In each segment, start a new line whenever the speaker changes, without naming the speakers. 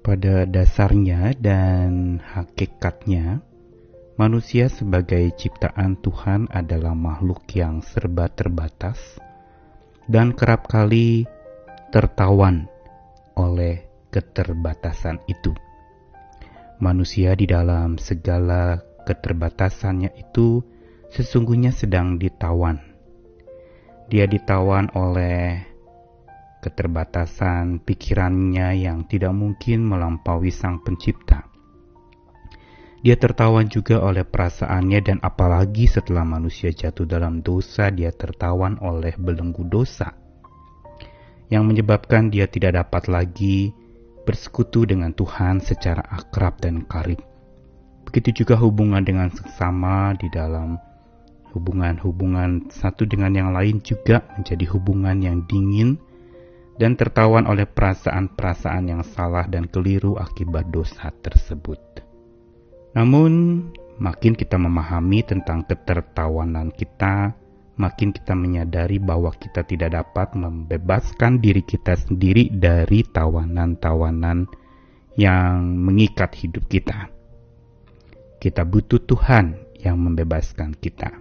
Pada dasarnya dan hakikatnya, manusia sebagai ciptaan Tuhan adalah makhluk yang serba terbatas dan kerap kali tertawan oleh keterbatasan itu. Manusia di dalam segala keterbatasannya itu sesungguhnya sedang ditawan. Dia ditawan oleh keterbatasan pikirannya yang tidak mungkin melampaui Sang Pencipta. Dia tertawan juga oleh perasaannya, dan apalagi setelah manusia jatuh dalam dosa, dia tertawan oleh belenggu dosa yang menyebabkan dia tidak dapat lagi bersekutu dengan Tuhan secara akrab dan karib. Begitu juga hubungan dengan sesama, di dalam hubungan satu dengan yang lain juga menjadi hubungan yang dingin dan tertawan oleh perasaan-perasaan yang salah dan keliru akibat dosa tersebut. Namun, makin kita memahami tentang ketertawanan kita, makin kita menyadari bahwa kita tidak dapat membebaskan diri kita sendiri dari tawanan-tawanan yang mengikat hidup kita. Kita butuh Tuhan yang membebaskan kita.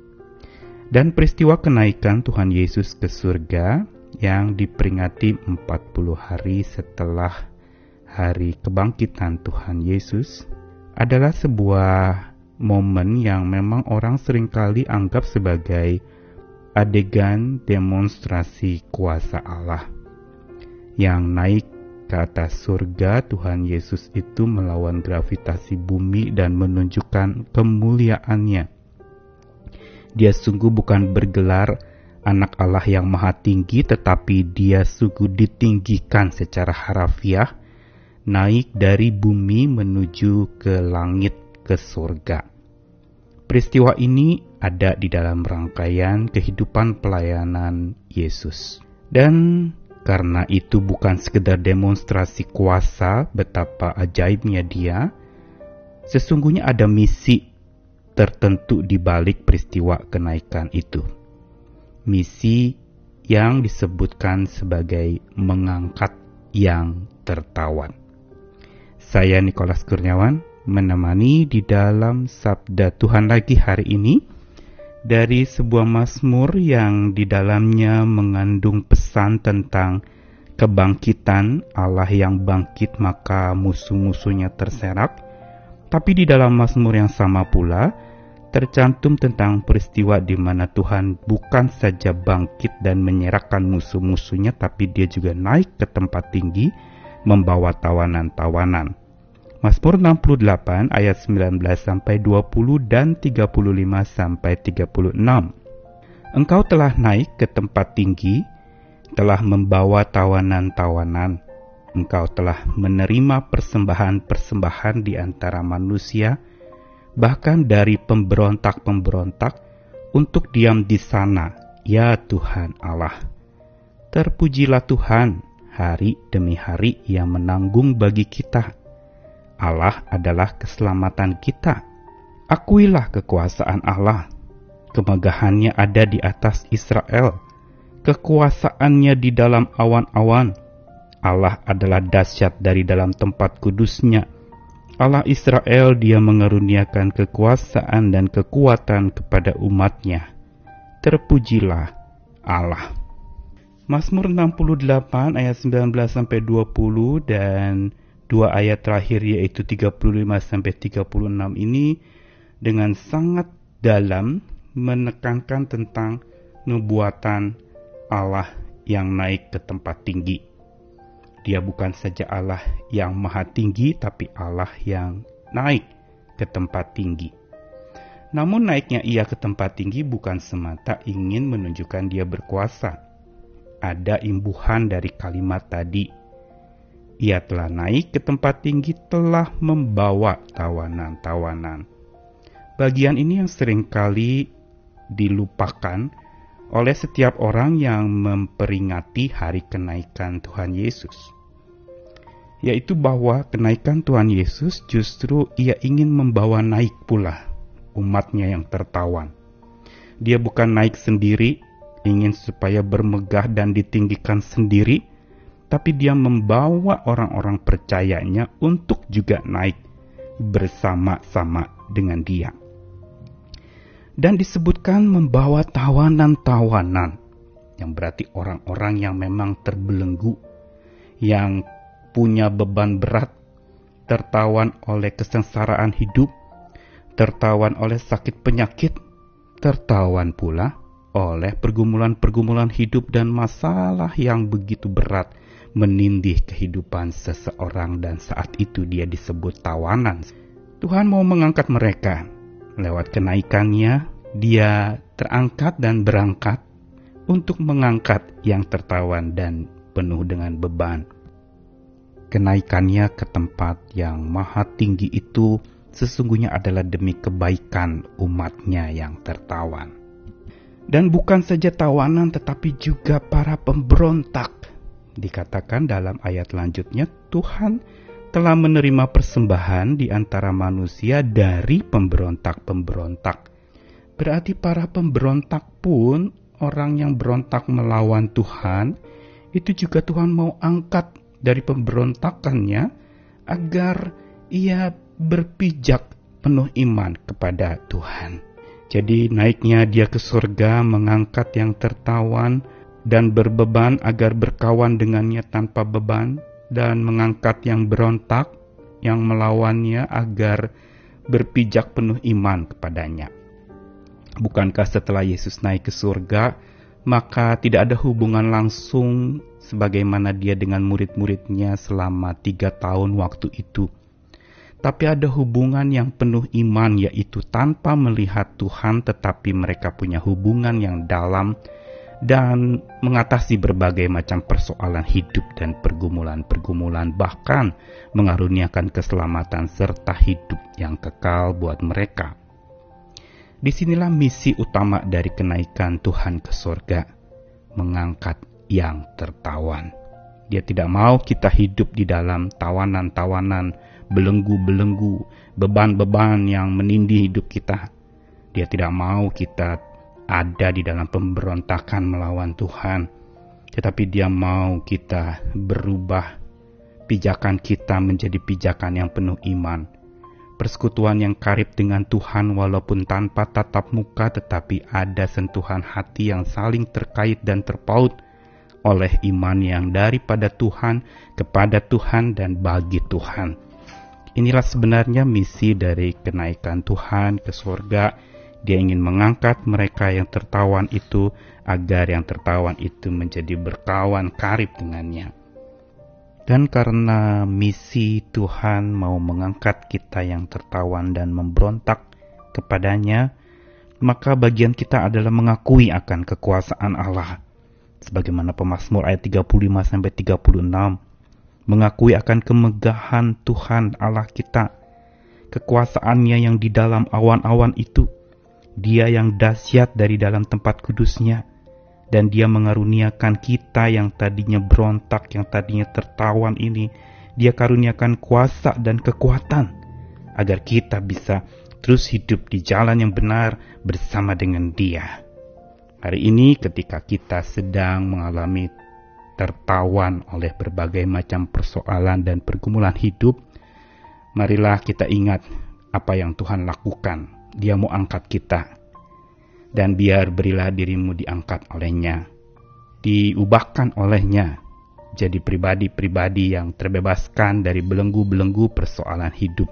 Dan peristiwa kenaikan Tuhan Yesus ke surga yang diperingati 40 hari setelah hari kebangkitan Tuhan Yesus adalah sebuah momen yang memang orang seringkali anggap sebagai adegan demonstrasi kuasa Allah. Yang naik ke atas surga, Tuhan Yesus itu melawan gravitasi bumi dan menunjukkan kemuliaannya. Dia sungguh bukan bergelar Anak Allah yang maha tinggi, tetapi dia sungguh ditinggikan secara harafiah, naik dari bumi menuju ke langit, ke surga. Peristiwa ini ada di dalam rangkaian kehidupan pelayanan Yesus. Dan karena itu bukan sekedar demonstrasi kuasa betapa ajaibnya dia, sesungguhnya ada misi tertentu di balik peristiwa kenaikan itu. Misi yang disebutkan sebagai mengangkat yang tertawan. Saya Nikolas Kurniawan menemani di dalam Sabda Tuhan lagi hari ini dari sebuah mazmur yang di dalamnya mengandung pesan tentang kebangkitan Allah yang bangkit maka musuh-musuhnya terserak. Tapi di dalam mazmur yang sama pula tercantum tentang peristiwa di mana Tuhan bukan saja bangkit dan menyerahkan musuh-musuhnya, tapi dia juga naik ke tempat tinggi membawa tawanan-tawanan. Mazmur 68 ayat 19-20 dan 35-36. Engkau telah naik ke tempat tinggi, telah membawa tawanan-tawanan. Engkau telah menerima persembahan-persembahan di antara manusia, bahkan dari pemberontak-pemberontak, untuk diam di sana, ya Tuhan Allah. Terpujilah Tuhan, hari demi hari Ia menanggung bagi kita. Allah adalah keselamatan kita. Akuilah kekuasaan Allah. Kemegahannya ada di atas Israel. Kekuasaannya di dalam awan-awan. Allah adalah dahsyat dari dalam tempat kudusnya. Allah Israel, Dia mengaruniakan kekuasaan dan kekuatan kepada umatnya. Terpujilah Allah. Mazmur 68 ayat 19-20 dan 2 ayat terakhir yaitu 35-36 ini dengan sangat dalam menekankan tentang nubuatan Allah yang naik ke tempat tinggi. Dia bukan saja Allah yang maha tinggi, tapi Allah yang naik ke tempat tinggi. Namun naiknya Ia ke tempat tinggi bukan semata ingin menunjukkan Dia berkuasa. Ada imbuhan dari kalimat tadi. Ia telah naik ke tempat tinggi, telah membawa tawanan-tawanan. Bagian ini yang seringkali dilupakan oleh setiap orang yang memperingati hari kenaikan Tuhan Yesus. Yaitu bahwa kenaikan Tuhan Yesus justru Ia ingin membawa naik pula umatnya yang tertawan. Dia bukan naik sendiri, ingin supaya bermegah dan ditinggikan sendiri, tapi dia membawa orang-orang percayanya untuk juga naik bersama-sama dengan dia. Dan disebutkan membawa tawanan-tawanan, yang berarti orang-orang yang memang terbelenggu, yang punya beban berat, tertawan oleh kesengsaraan hidup, tertawan oleh sakit penyakit, tertawan pula oleh pergumulan-pergumulan hidup dan masalah yang begitu berat menindih kehidupan seseorang, dan saat itu dia disebut tawanan. Tuhan mau mengangkat mereka. Lewat kenaikannya, dia terangkat dan berangkat untuk mengangkat yang tertawan dan penuh dengan beban. Kenaikannya ke tempat yang maha tinggi itu sesungguhnya adalah demi kebaikan umatnya yang tertawan. Dan bukan saja tawanan, tetapi juga para pemberontak. Dikatakan dalam ayat lanjutnya, Tuhan telah menerima persembahan di antara manusia dari pemberontak-pemberontak. Berarti para pemberontak pun, orang yang berontak melawan Tuhan, itu juga Tuhan mau angkat dari pemberontakannya agar ia berpijak penuh iman kepada Tuhan. Jadi naiknya dia ke surga mengangkat yang tertawan dan berbeban agar berkawan dengannya tanpa beban, dan mengangkat yang berontak, yang melawannya agar berpijak penuh iman kepadanya. Bukankah setelah Yesus naik ke surga, maka tidak ada hubungan langsung sebagaimana dia dengan murid-muridnya selama 3 tahun waktu itu. Tapi ada hubungan yang penuh iman, yaitu tanpa melihat Tuhan, tetapi mereka punya hubungan yang dalam dan mengatasi berbagai macam persoalan hidup dan pergumulan-pergumulan, bahkan mengaruniakan keselamatan serta hidup yang kekal buat mereka. Disinilah misi utama dari kenaikan Tuhan ke surga, mengangkat yang tertawan. Dia tidak mau kita hidup di dalam tawanan-tawanan, belenggu-belenggu, beban-beban yang menindih hidup kita. Dia tidak mau kita ada di dalam pemberontakan melawan Tuhan, tetapi dia mau kita berubah, pijakan kita menjadi pijakan yang penuh iman, persekutuan yang karib dengan Tuhan walaupun tanpa tatap muka, tetapi ada sentuhan hati yang saling terkait dan terpaut oleh iman yang daripada Tuhan, kepada Tuhan, dan bagi Tuhan. Inilah sebenarnya misi dari kenaikan Tuhan ke surga. Dia ingin mengangkat mereka yang tertawan itu agar yang tertawan itu menjadi berkawan karib dengannya. Dan karena misi Tuhan mau mengangkat kita yang tertawan dan memberontak kepadanya, maka bagian kita adalah mengakui akan kekuasaan Allah. Sebagaimana Pemazmur ayat 35-36, mengakui akan kemegahan Tuhan Allah kita, kekuasaannya yang di dalam awan-awan itu. Dia yang dahsyat dari dalam tempat kudusnya, dan dia mengaruniakan kita yang tadinya berontak, yang tadinya tertawan ini. Dia karuniakan kuasa dan kekuatan agar kita bisa terus hidup di jalan yang benar bersama dengan Dia. Hari ini ketika kita sedang mengalami tertawan oleh berbagai macam persoalan dan pergumulan hidup, marilah kita ingat apa yang Tuhan lakukan. Dia mau angkat kita, dan biar berilah dirimu diangkat olehnya, diubahkan olehnya, jadi pribadi-pribadi yang terbebaskan dari belenggu-belenggu persoalan hidup.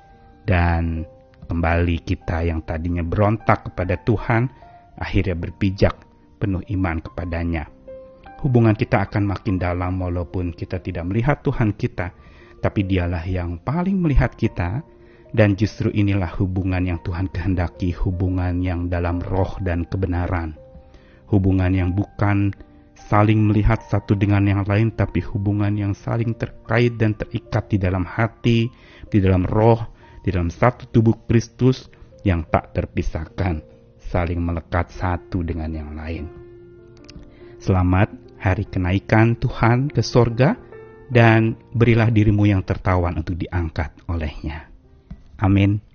Dan kembali kita yang tadinya berontak kepada Tuhan, akhirnya berpijak penuh iman kepadanya. Hubungan kita akan makin dalam walaupun kita tidak melihat Tuhan kita, tapi Dialah yang paling melihat kita. Dan justru inilah hubungan yang Tuhan kehendaki, hubungan yang dalam roh dan kebenaran. Hubungan yang bukan saling melihat satu dengan yang lain, tapi hubungan yang saling terkait dan terikat di dalam hati, di dalam roh, di dalam satu tubuh Kristus yang tak terpisahkan, saling melekat satu dengan yang lain. Selamat hari kenaikan Tuhan ke sorga, dan berilah dirimu yang tertawan untuk diangkat olehnya. Amin.